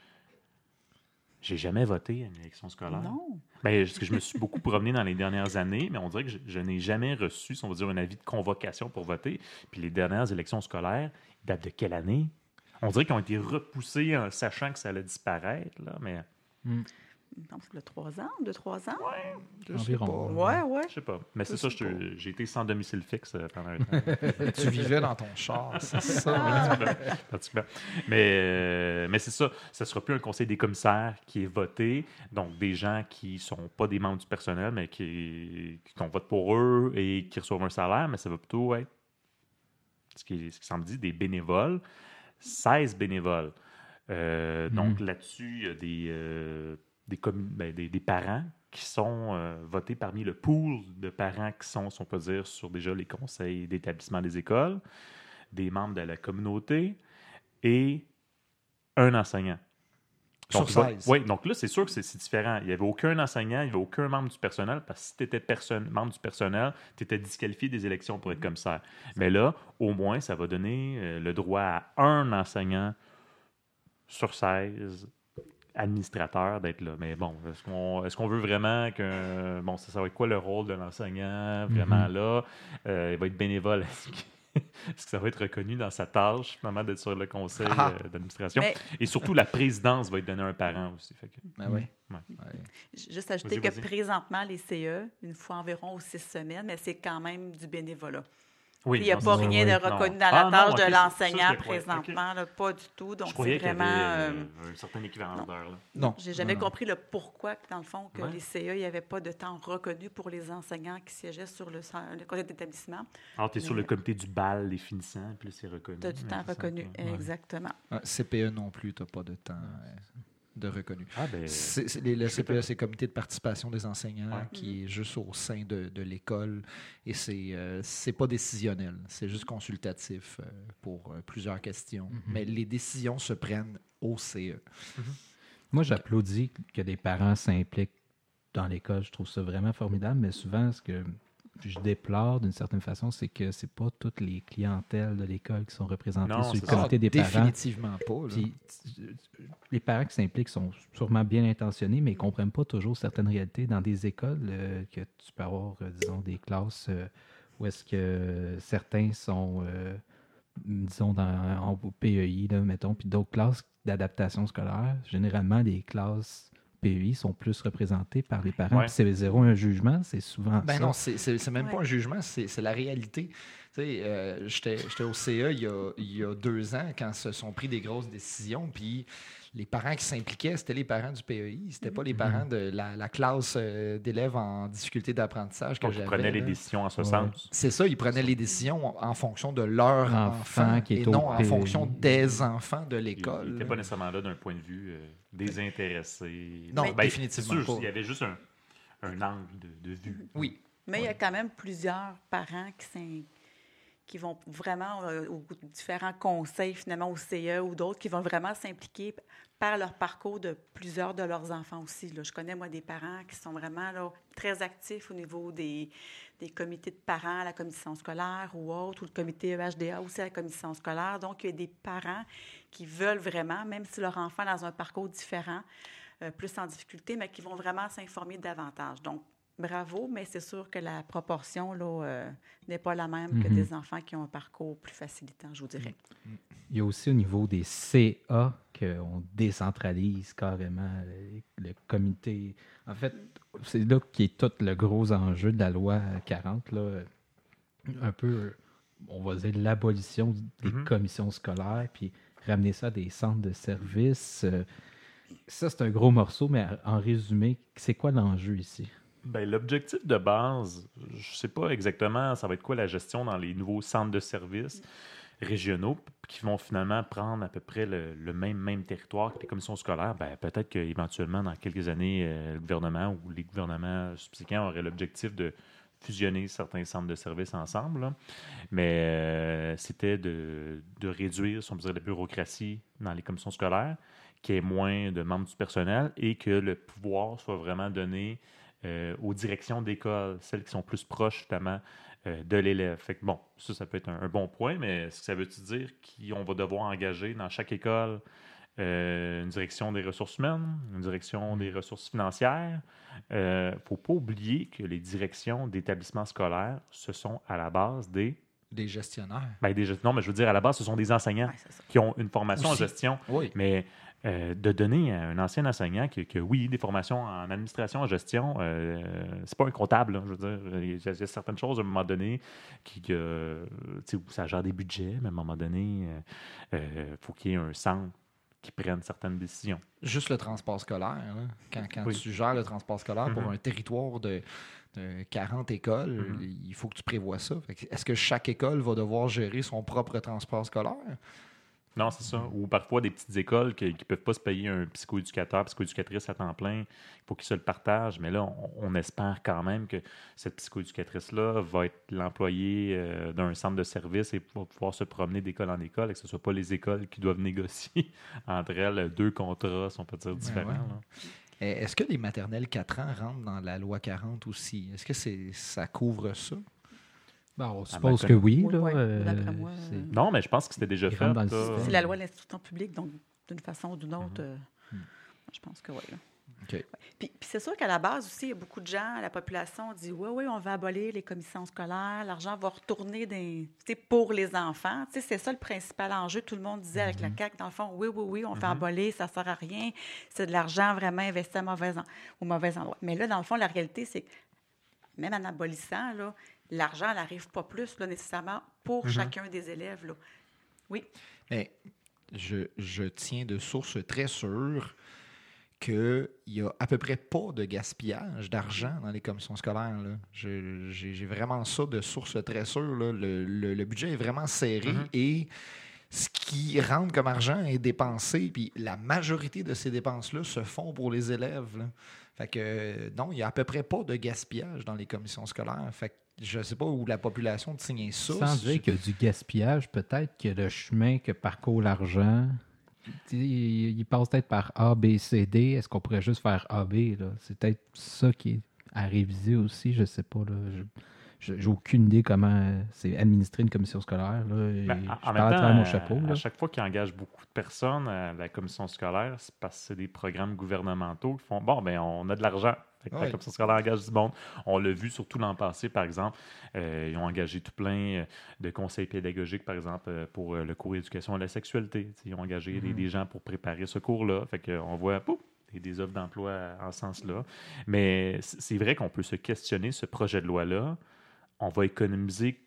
j'ai jamais voté à une élection scolaire. Non. Parce que je me suis beaucoup promené dans les dernières années, mais on dirait que je n'ai jamais reçu, si on veut dire, un avis de convocation pour voter. Puis les dernières élections scolaires, ils datent de quelle année? On dirait qu'ils ont été repoussés en sachant que ça allait disparaître, là, mais... Donc, c'est 3 ans, 2-3 ans? Oui, environ. Oui. Je sais pas. Mais c'est ça, j'ai été sans domicile fixe pendant un temps. Tu vivais dans ton char, c'est ça. Pratiquement. Mais c'est ça. Ça ne sera plus un conseil des commissaires qui est voté. Donc, des gens qui ne sont pas des membres du personnel, mais qu'on vote pour eux et qui reçoivent un salaire. Mais ça va plutôt être, ce qui semble dire, des bénévoles. 16 bénévoles. Donc, là-dessus, il y a des parents qui sont votés parmi le pool de parents qui sont, si on peut dire, sur déjà les conseils d'établissement des écoles, des membres de la communauté et un enseignant. Donc, sur 16. Oui, donc là, c'est sûr que c'est différent. Il n'y avait aucun enseignant, il n'y avait aucun membre du personnel, parce que si tu étais membre du personnel, tu étais disqualifié des élections pour être commissaire. Mais là, au moins, ça va donner le droit à un enseignant sur 16 administrateurs d'être là. Mais bon, est-ce qu'on veut vraiment que... Bon, ça va être quoi le rôle de l'enseignant vraiment là? Il va être bénévole. Est-ce que ça va être reconnu dans sa tâche, finalement, d'être sur le conseil d'administration? Mais... Et surtout, la présidence va être donnée à un parent aussi. Fait que... oui. Juste ajouter que présentement, les CE, une fois environ aux 6 semaines, mais c'est quand même du bénévolat. Oui, il n'y a pas rien de reconnu dans la tâche de l'enseignant présentement, là, pas du tout. Donc, c'est vraiment... un certain équivalent d'heure. Non. J'ai jamais compris le pourquoi, dans le fond, que les CE, il n'y avait pas de temps reconnu pour les enseignants qui siégeaient sur le conseil d'établissement. Alors, tu es sur le comité du bal, les finissants, puis c'est reconnu. Tu as du temps reconnu, exactement. CPE non plus, tu n'as pas de temps de reconnu. Le CPE, c'est le comité de participation des enseignants qui est juste au sein de l'école et c'est pas décisionnel, c'est juste consultatif pour plusieurs questions. Mais les décisions se prennent au CE. Moi, j'applaudis que des parents s'impliquent dans l'école. Je trouve ça vraiment formidable, mais souvent, ce que je déplore d'une certaine façon, c'est que c'est pas toutes les clientèles de l'école qui sont représentées sur le comité des parents. Définitivement pas. Puis, les parents qui s'impliquent sont sûrement bien intentionnés, mais ils ne comprennent pas toujours certaines réalités dans des écoles que tu peux avoir, disons, des classes où est-ce que certains sont, disons, en PEI, là, mettons, puis d'autres classes d'adaptation scolaire. Généralement, les classes PEI sont plus représentés par les parents. Puis c'est zéro un jugement, c'est souvent ça. Non, c'est même pas un jugement, c'est la réalité. J'étais au CA il y a 2 ans quand se sont pris des grosses décisions, puis les parents qui s'impliquaient, c'était les parents du PEI, c'était pas les parents de la classe d'élèves en difficulté d'apprentissage que Donc, j'avais. ils prenaient les là. décisions en ce Ouais. sens. C'est ça, ils prenaient les décisions en fonction de leur enfant qui est et au non en PEI. fonction des enfants de Ils l'école. n'étaient pas nécessairement là d'un point de vue désintéressé. Non, Ben, définitivement c'est sûr, pas. Il y avait juste un angle de vue. Oui. Mais il y a quand même plusieurs parents qui vont vraiment aux différents conseils, finalement, au CE ou d'autres, qui vont vraiment s'impliquer par leur parcours de plusieurs de leurs enfants aussi. Là. Je connais, moi, des parents qui sont vraiment là, très actifs au niveau des comités de parents à la commission scolaire ou autre, ou le comité EHDA aussi à la commission scolaire. Donc, il y a des parents qui veulent vraiment, même si leur enfant est dans un parcours différent, plus en difficulté, mais qui vont vraiment s'informer davantage. Donc, bravo, mais c'est sûr que la proportion là, n'est pas la même que des enfants qui ont un parcours plus facilitant, je vous dirais. Il y a aussi au niveau des CA qu'on décentralise carrément le comité. En fait, c'est là qui est tout le gros enjeu de la loi 40, là. Un peu, on va dire, l'abolition des commissions scolaires, puis ramener ça à des centres de services. Ça, c'est un gros morceau, mais en résumé, c'est quoi l'enjeu ici? Ben, l'objectif de base, je ne sais pas exactement ça va être quoi la gestion dans les nouveaux centres de services régionaux qui vont finalement prendre à peu près le même territoire que les commissions scolaires. Ben, peut-être qu'éventuellement, dans quelques années, le gouvernement ou les gouvernements subséquents auraient l'objectif de fusionner certains centres de services ensemble. Là. Mais c'était de réduire, si on peut dire, la bureaucratie dans les commissions scolaires, qu'il y ait moins de membres du personnel et que le pouvoir soit vraiment donné aux directions d'école, celles qui sont plus proches, justement, de l'élève. Fait que bon, ça peut être un bon point, mais est-ce que ça veut-tu dire qu'on va devoir engager dans chaque école une direction des ressources humaines, une direction des ressources financières? Il ne faut pas oublier que les directions d'établissements scolaires, ce sont à la base des gestionnaires. Non, mais je veux dire, à la base, ce sont des enseignants qui ont une formation Aussi. en gestion. Oui. Mais de donner à un ancien enseignant qui oui, des formations en administration, en gestion, c'est pas un comptable, là, je veux dire. Il y a certaines choses, à un moment donné, où ça gère des budgets, mais à un moment donné, faut qu'il y ait un centre qui prenne certaines décisions. Juste le transport scolaire. Là. Quand tu gères le transport scolaire pour un territoire de 40 écoles, il faut que tu prévoies ça. Est-ce que chaque école va devoir gérer son propre transport scolaire? Non, c'est ça. Ou parfois des petites écoles qui ne peuvent pas se payer un psychoéducatrice à temps plein. Il faut qu'ils se le partagent. Mais là, on espère quand même que cette psychoéducatrice-là va être l'employée d'un centre de service et va pouvoir se promener d'école en école et que ce ne soit pas les écoles qui doivent négocier entre elles 2 contrats, si on peut dire, différents. Ouais. Est-ce que les maternelles 4 ans rentrent dans la loi 40 aussi? Est-ce que ça couvre ça? Ben, on suppose que oui. Là, d'après moi, non, mais je pense que c'était déjà fait. C'est la loi de l'instruction publique, donc d'une façon ou d'une autre, je pense que oui. Okay. Puis c'est sûr qu'à la base aussi, il y a beaucoup de gens, la population dit oui, on va abolir les commissions scolaires, l'argent va retourner pour les enfants. C'est ça le principal enjeu. Tout le monde disait avec la CAQ, dans le fond, oui, on fait abolir, ça ne sert à rien. C'est de l'argent vraiment investi au mauvais endroit. Mais là, dans le fond, la réalité, c'est que même en abolissant, là, l'argent n'arrive pas plus là, nécessairement pour chacun des élèves. Là. Oui. Mais je tiens de sources très sûres qu'il n'y a à peu près pas de gaspillage d'argent dans les commissions scolaires. Là. J'ai vraiment ça de sources très sûres. Là. Le budget est vraiment serré et ce qui rentre comme argent est dépensé. Puis la majorité de ces dépenses-là se font pour les élèves. Là. Fait que non, il n'y a à peu près pas de gaspillage dans les commissions scolaires. Fait que je ne sais pas où la population tient ça. Sans dire qu'il y a du gaspillage, peut-être que le chemin que parcourt l'argent, il passe peut-être par A, B, C, D. Est-ce qu'on pourrait juste faire A, B? Là? C'est peut-être ça qui est à réviser aussi. Je ne sais pas. J'ai aucune idée comment c'est administrer une commission scolaire. Là. En même temps, mon chapeau, à chaque fois qu'ils engagent beaucoup de personnes à la commission scolaire, c'est parce que c'est des programmes gouvernementaux qui font on a de l'argent. La commission scolaire engage du monde. On l'a vu surtout l'an passé, par exemple. Ils ont engagé tout plein de conseils pédagogiques, par exemple, pour le cours d'éducation à la sexualité. Ils ont engagé des gens pour préparer ce cours-là. Fait qu'on voit des offres d'emploi en ce sens-là. Mais c'est vrai qu'on peut se questionner ce projet de loi-là. On va économiser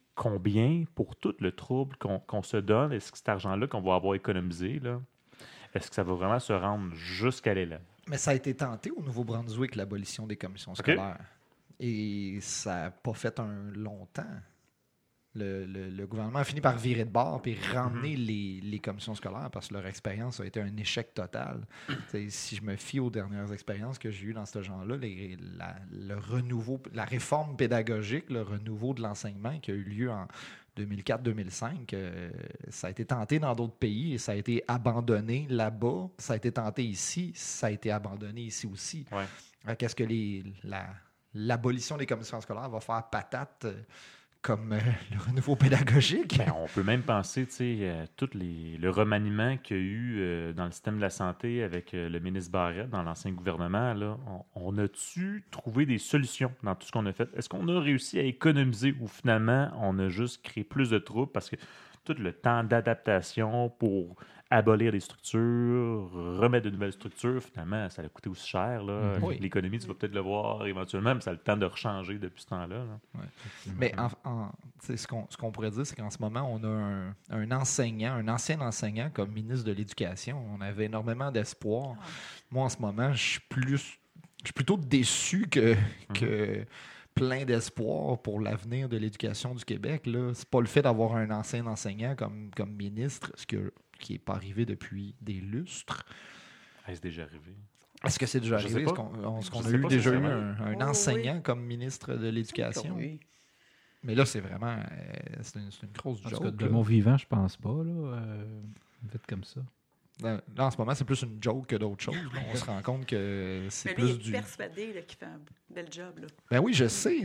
combien pour tout le trouble qu'on se donne, est-ce que cet argent-là qu'on va avoir économisé, là, est-ce que ça va vraiment se rendre jusqu'à l'élève? Mais ça a été tenté au Nouveau-Brunswick, l'abolition des commissions scolaires. Et ça n'a pas fait un long temps. Le gouvernement a fini par virer de bord et ramener les commissions scolaires parce que leur expérience a été un échec total. Si je me fie aux dernières expériences que j'ai eues dans ce genre-là, le renouveau, la réforme pédagogique, le renouveau de l'enseignement qui a eu lieu en 2004-2005, ça a été tenté dans d'autres pays et ça a été abandonné là-bas. Ça a été tenté ici, ça a été abandonné ici aussi. Ouais. Qu'est-ce que l'abolition des commissions scolaires va faire patate comme le renouveau pédagogique? Ben, on peut même penser à tout le remaniement qu'il y a eu dans le système de la santé avec le ministre Barrette dans l'ancien gouvernement. Là, on a-tu trouvé des solutions dans tout ce qu'on a fait? Est-ce qu'on a réussi à économiser ou finalement on a juste créé plus de troubles parce que tout le temps d'adaptation pour abolir des structures, remettre de nouvelles structures, finalement, ça a coûté aussi cher. Là. Oui. L'économie, tu vas peut-être le voir éventuellement, mais ça a le temps de rechanger depuis ce temps-là. Là. Ouais. Mais ce qu'on pourrait dire, c'est qu'en ce moment, on a un enseignant, un ancien enseignant comme ministre de l'Éducation. On avait énormément d'espoir. Moi, en ce moment, je suis plutôt déçu que plein d'espoir pour l'avenir de l'éducation du Québec. Là. C'est pas le fait d'avoir un ancien enseignant comme ministre, qui n'est pas arrivé depuis des lustres. Est-ce déjà arrivé? Est-ce que c'est déjà Je arrivé? sais Est-ce pas. qu'on Je a sais pas déjà eu sincèrement. un enseignant comme ministre de l'Éducation? Oui. Mais là, c'est vraiment... c'est une grosse En tout joke. cas, de là. mon vivant, je pense pas, là. Vite comme ça. Là, en ce moment, c'est plus une joke que d'autres choses. Là. On se rend compte que c'est Mais plus lui, il du... est persuadé là, qu'il fait un bel job. Là. Ben oui, je sais.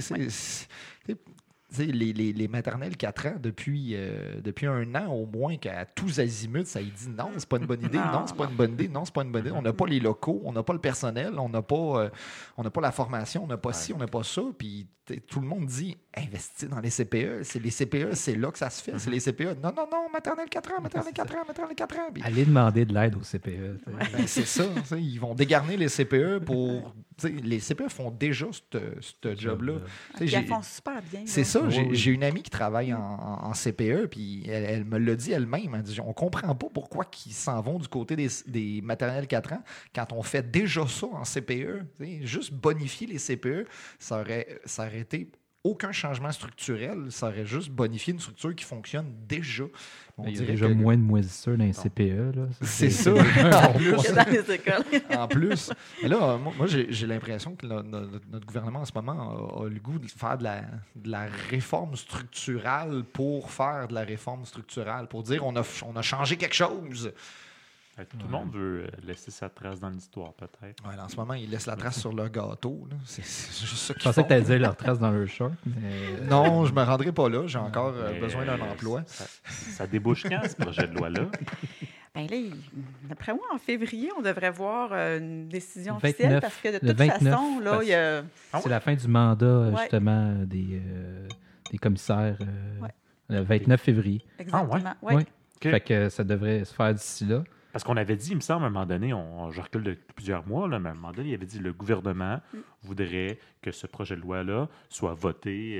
Les maternelles 4 ans, depuis un an au moins, qu'à tous azimuts, ça y dit non, c'est pas une bonne idée, non, c'est pas une bonne idée, non, c'est pas une bonne idée. On n'a pas les locaux, on n'a pas le personnel, on n'a pas la formation, on n'a pas ci, on n'a pas ça. Puis tout le monde dit investir dans les CPE. C'est les CPE, c'est là que ça se fait. C'est les CPE. Non, maternelle 4 ans, maternelle 4 ans, maternelle 4 ans. Puis, Allez demander de l'aide au CPE. ben, c'est ça. Ils vont dégarner les CPE pour... Les CPE font déjà ce job-là. Ils la font super bien. C'est là. ça. Oui. J'ai une amie qui travaille en CPE, puis elle me l'a dit elle-même. Elle dit, on comprend pas pourquoi ils s'en vont du côté des maternelles 4 ans quand on fait déjà ça en CPE. Juste bonifier les CPE, ça aurait été aucun changement structurel. Ça aurait juste bonifié une structure qui fonctionne déjà. On Il y a dirait déjà que- moins de moisissures dans les CPE. Là. C'est ça. Que En plus. dans les écoles. En plus. Mais là, moi j'ai l'impression que notre gouvernement en ce moment a le goût de faire de la réforme structurale pour faire de la réforme structurale, pour dire on a changé quelque chose. Tout le monde veut laisser sa trace dans l'histoire, peut-être. Ouais, en ce moment, ils laissent la trace sur le gâteau. Là. C'est juste ça Je qu'ils pensais font. que tu allais dire leur trace dans leur short. Mais... Non, je me rendrai pas là. J'ai encore Mais, besoin d'un emploi. Ça débouche quand, ce projet de loi-là? Ben là, d'après moi, en février, on devrait voir une décision 29, officielle parce que de le toute 29, façon, là, il y a... C'est la fin du mandat, Ouais. justement, des commissaires. Ouais. Le 29 février. Exactement. Ouais. Ouais. OK. Fait que ça devrait se faire d'ici là. Parce qu'on avait dit, il me semble, à un moment donné, je recule de plusieurs mois, là, mais à un moment donné, il avait dit le gouvernement voudrait que ce projet de loi-là soit voté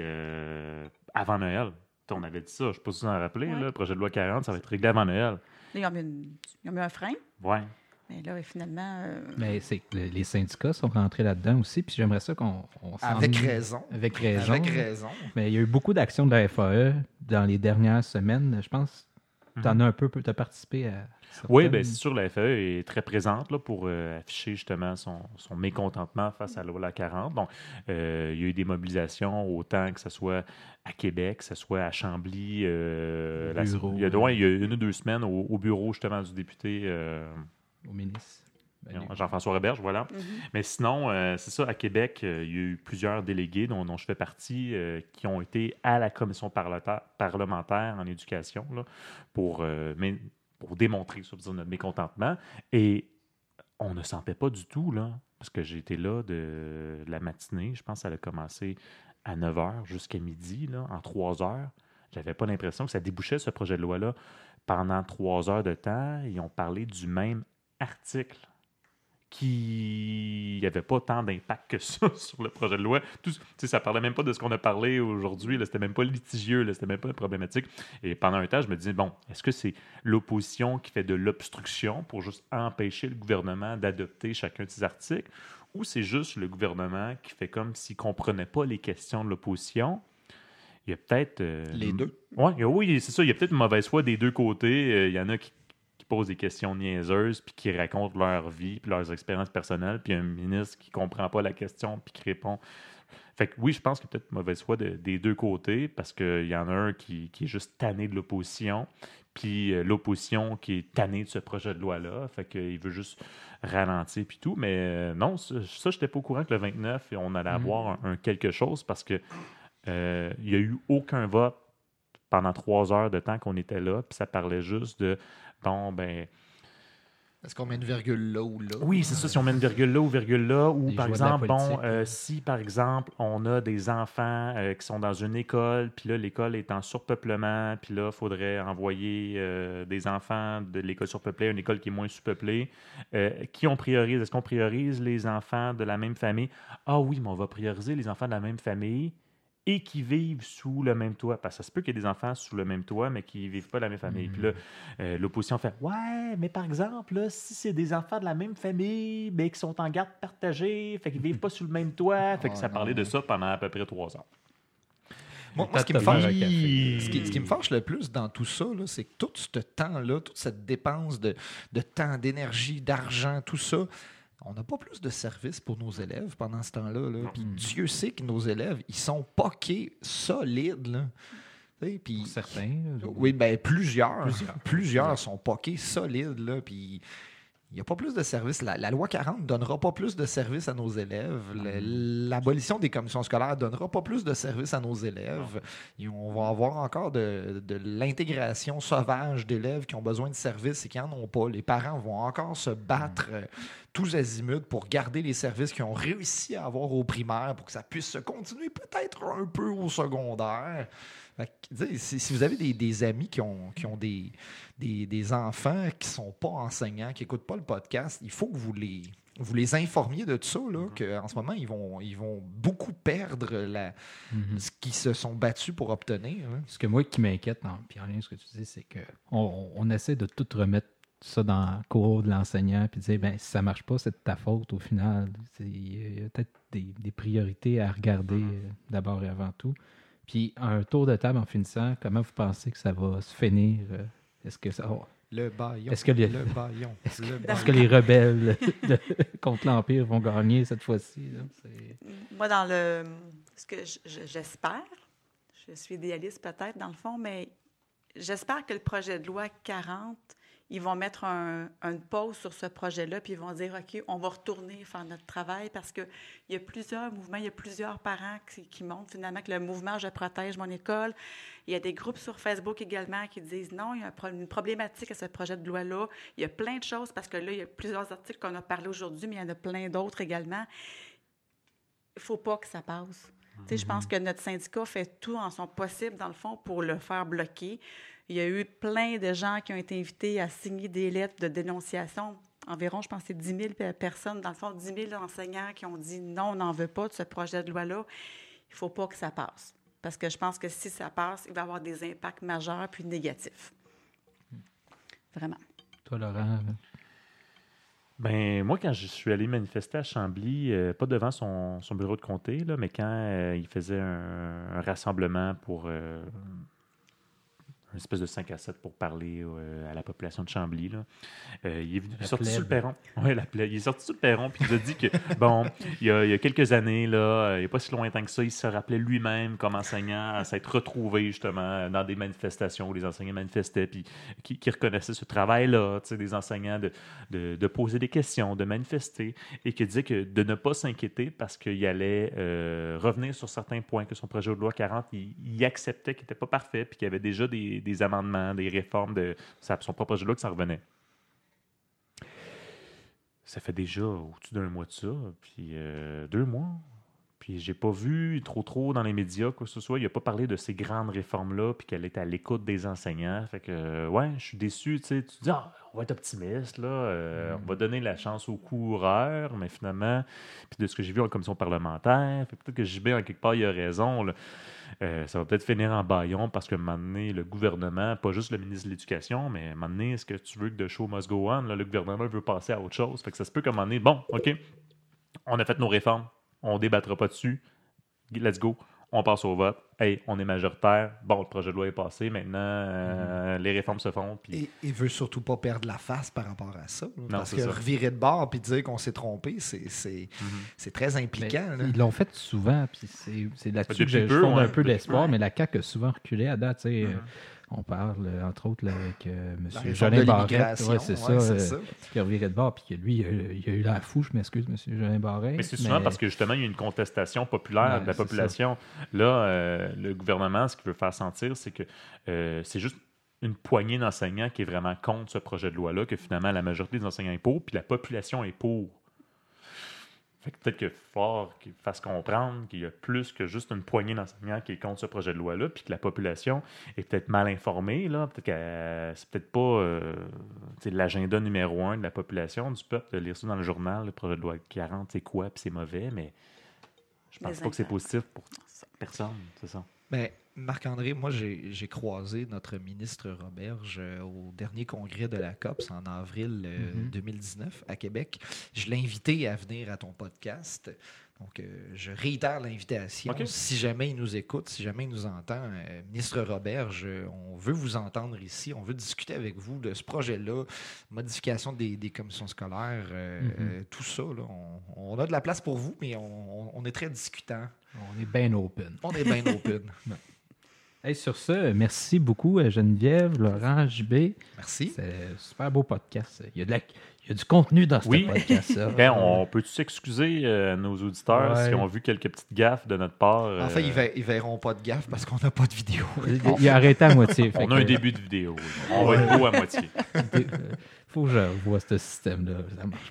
avant Noël. On avait dit ça, je ne sais pas si vous en rappelez, Ouais. là, le projet de loi 40, ça va être réglé avant Noël. Là, ils ont mis un frein. Ouais. Mais là, finalement... Mais c'est que les syndicats sont rentrés là-dedans aussi. Puis j'aimerais ça qu'on Avec raison. Avec raison. Avec raison. Mais il y a eu beaucoup d'actions de la FAE dans les dernières semaines. Je pense que tu en as un peu, tu as participé à Oui, certaines. bien, c'est sûr, la FAE est très présente là, pour afficher justement son mécontentement face à la loi 40. Donc, il y a eu des mobilisations, autant que ce soit à Québec, que ce soit à Chambly. Bureau. Il y a 1 ou 2 semaines au bureau justement du député Au ministre. Ben, Jean-François Roberge, voilà. Mhm. Mais sinon, c'est ça, à Québec, il y a eu plusieurs délégués dont je fais partie qui ont été à la commission parlementaire en éducation là, pour démontrer ça, dire, notre mécontentement. Et on ne sentait pas du tout, là, parce que j'ai été là de la matinée, je pense que ça a commencé à 9 h jusqu'à midi, là, en 3 heures. J'avais pas l'impression que ça débouchait, ce projet de loi-là. Pendant 3 heures de temps, ils ont parlé du même article qu'il n'y avait pas tant d'impact que ça sur le projet de loi. Ça ne parlait même pas de ce qu'on a parlé aujourd'hui. C'était même pas litigieux, c'était même pas problématique. Et pendant un temps, je me disais, bon, est-ce que c'est l'opposition qui fait de l'obstruction pour juste empêcher le gouvernement d'adopter chacun de ses articles, ou c'est juste le gouvernement qui fait comme s'il ne comprenait pas les questions de l'opposition? Il y a peut-être... Les deux. Oui, c'est ça. Il y a peut-être une mauvaise foi des deux côtés. Il y en a qui posent des questions niaiseuses puis qui racontent leur vie puis leurs expériences personnelles, puis un ministre qui comprend pas la question puis qui répond. Fait que oui, je pense qu'il y a peut-être une mauvaise foi des deux côtés parce qu'il y en a un qui est juste tanné de l'opposition, puis l'opposition qui est tannée de ce projet de loi-là. Fait qu'il veut juste ralentir puis tout. Mais non, ça, je n'étais pas au courant que le 29, on allait avoir un quelque chose parce que il n'y a eu aucun vote pendant 3 heures de temps qu'on était là, puis ça parlait juste de bon, ben. Est-ce qu'on met une virgule là ou là? Oui, c'est ça, si on met une virgule là, ou Des par joies de la exemple, politique. si par exemple, on a des enfants qui sont dans une école, puis là, l'école est en surpeuplement, puis là, il faudrait envoyer des enfants de l'école surpeuplée à une école qui est moins surpeuplée. Qui on priorise? Est-ce qu'on priorise les enfants de la même famille? Ah oui, mais on va prioriser les enfants de la même famille et qui vivent sous le même toit. Parce que ça se peut qu'il y ait des enfants sous le même toit, mais qui ne vivent pas dans la même famille. Puis là, l'opposition fait « Ouais, mais par exemple, là, si c'est des enfants de la même famille, mais qui sont en garde partagée, fait qu'ils ne vivent pas sous le même toit. » Fait que ça parlait de ça pendant à peu près 3 heures. Moi, ce qui me fâche le plus dans tout ça, là, c'est que tout ce temps-là, toute cette dépense de temps, d'énergie, d'argent, tout ça, on n'a pas plus de services pour nos élèves pendant ce temps-là. Là. Puis Dieu sait que nos élèves, ils sont poqués solides. Là. Puis, certains. Oui, bien plusieurs sont poqués solides. Là, puis il n'y a pas plus de services. La loi 40 ne donnera pas plus de services à nos élèves. L'abolition des commissions scolaires ne donnera pas plus de services à nos élèves. Et on va avoir encore de l'intégration sauvage d'élèves qui ont besoin de services et qui n'en ont pas. Les parents vont encore se battre tous azimuts pour garder les services qu'ils ont réussi à avoir au primaire pour que ça puisse se continuer peut-être un peu au secondaire. Si vous avez des amis qui ont des enfants qui ne sont pas enseignants, qui n'écoutent pas le podcast, il faut que vous les informiez de tout ça, qu'en ce moment, ils vont beaucoup perdre ce qu'ils se sont battus pour obtenir. Hein. Ce que moi qui m'inquiète, puis en lien avec ce que tu dis, c'est qu'on essaie de tout remettre ça dans le cours de l'enseignant puis dire, ben si ça ne marche pas, c'est de ta faute au final. Il y a peut-être des priorités à regarder d'abord et avant tout. Puis, un tour de table en finissant, comment vous pensez que ça va se finir? Est-ce que ça va... Le baillon. Est-ce que Est-ce que les rebelles contre l'Empire vont gagner cette fois-ci? Là? Moi, ce que j'espère, je suis idéaliste peut-être dans le fond, mais j'espère que le projet de loi 40, ils vont mettre une pause sur ce projet-là, puis ils vont dire, OK, on va retourner faire notre travail parce qu'il y a plusieurs mouvements, il y a plusieurs parents qui montrent finalement que le mouvement « Je protège mon école », il y a des groupes sur Facebook également qui disent, non, il y a une problématique à ce projet de loi-là. Il y a plein de choses parce que là, il y a plusieurs articles qu'on a parlé aujourd'hui, mais il y en a plein d'autres également. Il ne faut pas que ça passe. Je pense que notre syndicat fait tout en son possible, dans le fond, pour le faire bloquer. Il y a eu plein de gens qui ont été invités à signer des lettres de dénonciation. Environ, je pense que c'est 10 000 personnes, dans le fond, 10 000 enseignants qui ont dit non, on n'en veut pas de ce projet de loi-là. Il ne faut pas que ça passe. Parce que je pense que si ça passe, il va y avoir des impacts majeurs puis négatifs. Vraiment. Toi, Laurent? Ben moi, quand je suis allé manifester à Chambly, pas devant son bureau de comté, là, mais quand il faisait un rassemblement pour une espèce de 5 à 7 pour parler à la population de Chambly, là, il est sorti sur le perron. Oui, il est sorti sur le perron puis il nous a dit que, bon, il y a quelques années, là, il n'y a pas si lointain que ça, il se rappelait lui-même comme enseignant à s'être retrouvé justement dans des manifestations où les enseignants manifestaient puis qui reconnaissaient ce travail-là, des enseignants de poser des questions, de manifester et qui disait que de ne pas s'inquiéter parce qu'il allait revenir sur certains points que son projet de loi 40, il acceptait qu'il n'était pas parfait puis qu'il y avait déjà des amendements, des réformes de son propre projet de loi que ça revenait. Ça fait déjà au-dessus d'1 mois de ça, puis 2 mois. Puis j'ai pas vu trop dans les médias quoi que ce soit. Il a pas parlé de ces grandes réformes-là, puis qu'elle est à l'écoute des enseignants. Fait que, ouais, je suis déçu. Tu te dis, on va être optimiste, là. On va donner la chance aux coureurs, mais finalement, puis de ce que j'ai vu en commission parlementaire, peut-être que JB, en quelque part, il a raison, là. Ça va peut-être finir en bâillon parce que, à un moment donné, le gouvernement, pas juste le ministre de l'Éducation, mais à un moment donné, est-ce que tu veux que the show must go on? Là, le gouvernement veut passer à autre chose. Fait que ça se peut qu'à un moment donné, bon, OK, on a fait nos réformes, on débattra pas dessus, let's go, on passe au vote. Hey, on est majoritaire, bon, le projet de loi est passé, maintenant, les réformes se font. Puis... Et il veut surtout pas perdre la face par rapport à ça. Non, parce c'est que ça. revirer de bord puis dire qu'on s'est trompé, c'est très impliquant. Ils l'ont fait souvent, puis c'est là-dessus que Depuis je peu, fonde ouais, un peu depuis d'espoir, peu. mais la CAQ a souvent reculé à date. On parle, entre autres, là, avec La M. réforme Jolin de Barrette. l'immigration, Ouais, c'est ça. Qui a reviré de bord, puis que lui, il a eu la fou, je m'excuse, M. Jolin Barrette. Mais c'est souvent parce que justement, il y a une contestation populaire de la c'est population. Là, le gouvernement, ce qu'il veut faire sentir, c'est que c'est juste une poignée d'enseignants qui est vraiment contre ce projet de loi-là, que finalement, la majorité des enseignants est pour, puis la population est pour. Fait que peut-être qu'il faut qu'il fasse comprendre qu'il y a plus que juste une poignée d'enseignants qui est contre ce projet de loi-là, puis que la population est peut-être mal informée. Là. Peut-être que c'est peut-être pas l'agenda numéro 1 de la population, du peuple, de lire ça dans le journal, le projet de loi 40, c'est quoi, puis c'est mauvais, mais je pense pas que c'est positif pour personne, c'est ça. Mais Marc-André, moi, j'ai croisé notre ministre Roberge au dernier congrès de la COPS en avril 2019 à Québec. Je l'ai invité à venir à ton podcast. Donc, je réitère l'invitation. Okay. Si jamais il nous écoute, si jamais il nous entend, ministre Roberge, on veut vous entendre ici. On veut discuter avec vous de ce projet-là, modification des commissions scolaires, tout ça. Là, on a de la place pour vous, mais on est très discutant. On est bien open. On est bien open. Hey, sur ce, merci beaucoup Geneviève, Laurent, JB. Merci. C'est un super beau podcast. Il y a du contenu dans ce podcast-là. Ben, on peut-tu s'excuser nos auditeurs s'ils ont vu quelques petites gaffes de notre part? En fait, ils verront pas de gaffe parce qu'on n'a pas de vidéo. Il a arrêté à moitié. On a un début de vidéo. On va être beau à moitié. Faut que je revoie ce système-là. Ça marche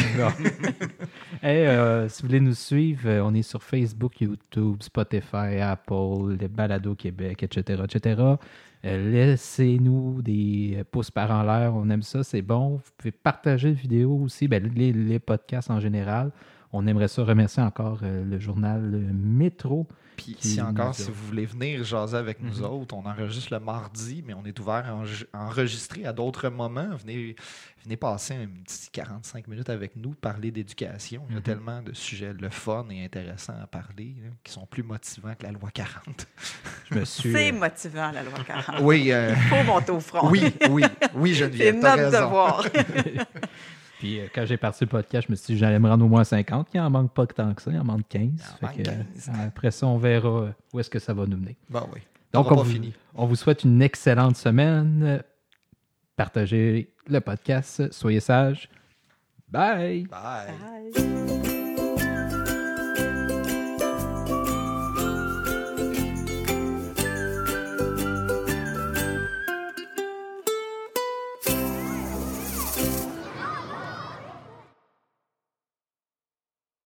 pas. Hey, si vous voulez nous suivre, on est sur Facebook, YouTube, Spotify, Apple, les Balados Québec, etc., etc. Laissez-nous des pouces par en l'air. On aime ça, c'est bon. Vous pouvez partager la vidéo aussi, les podcasts en général. On aimerait ça remercier encore le journal Métro. Puis si vous voulez venir jaser avec nous autres, on enregistre le mardi, mais on est ouvert à enregistrer à d'autres moments. Venez passer un petit 45 minutes avec nous, parler d'éducation. Il y a tellement de sujets le fun et intéressants à parler là, qui sont plus motivants que la loi 40. C'est motivant, la loi 40. Oui. Il faut monter au front. Oui, Geneviève, c'est notre devoir. Puis quand j'ai parti le podcast, je me suis dit que j'allais me rendre au moins 50. Il n'en manque pas tant que ça, il en manque 15. Après ça, on verra où est-ce que ça va nous mener. Bon, oui. Donc, on vous souhaite une excellente semaine. Partagez le podcast. Soyez sages. Bye! Bye! Bye.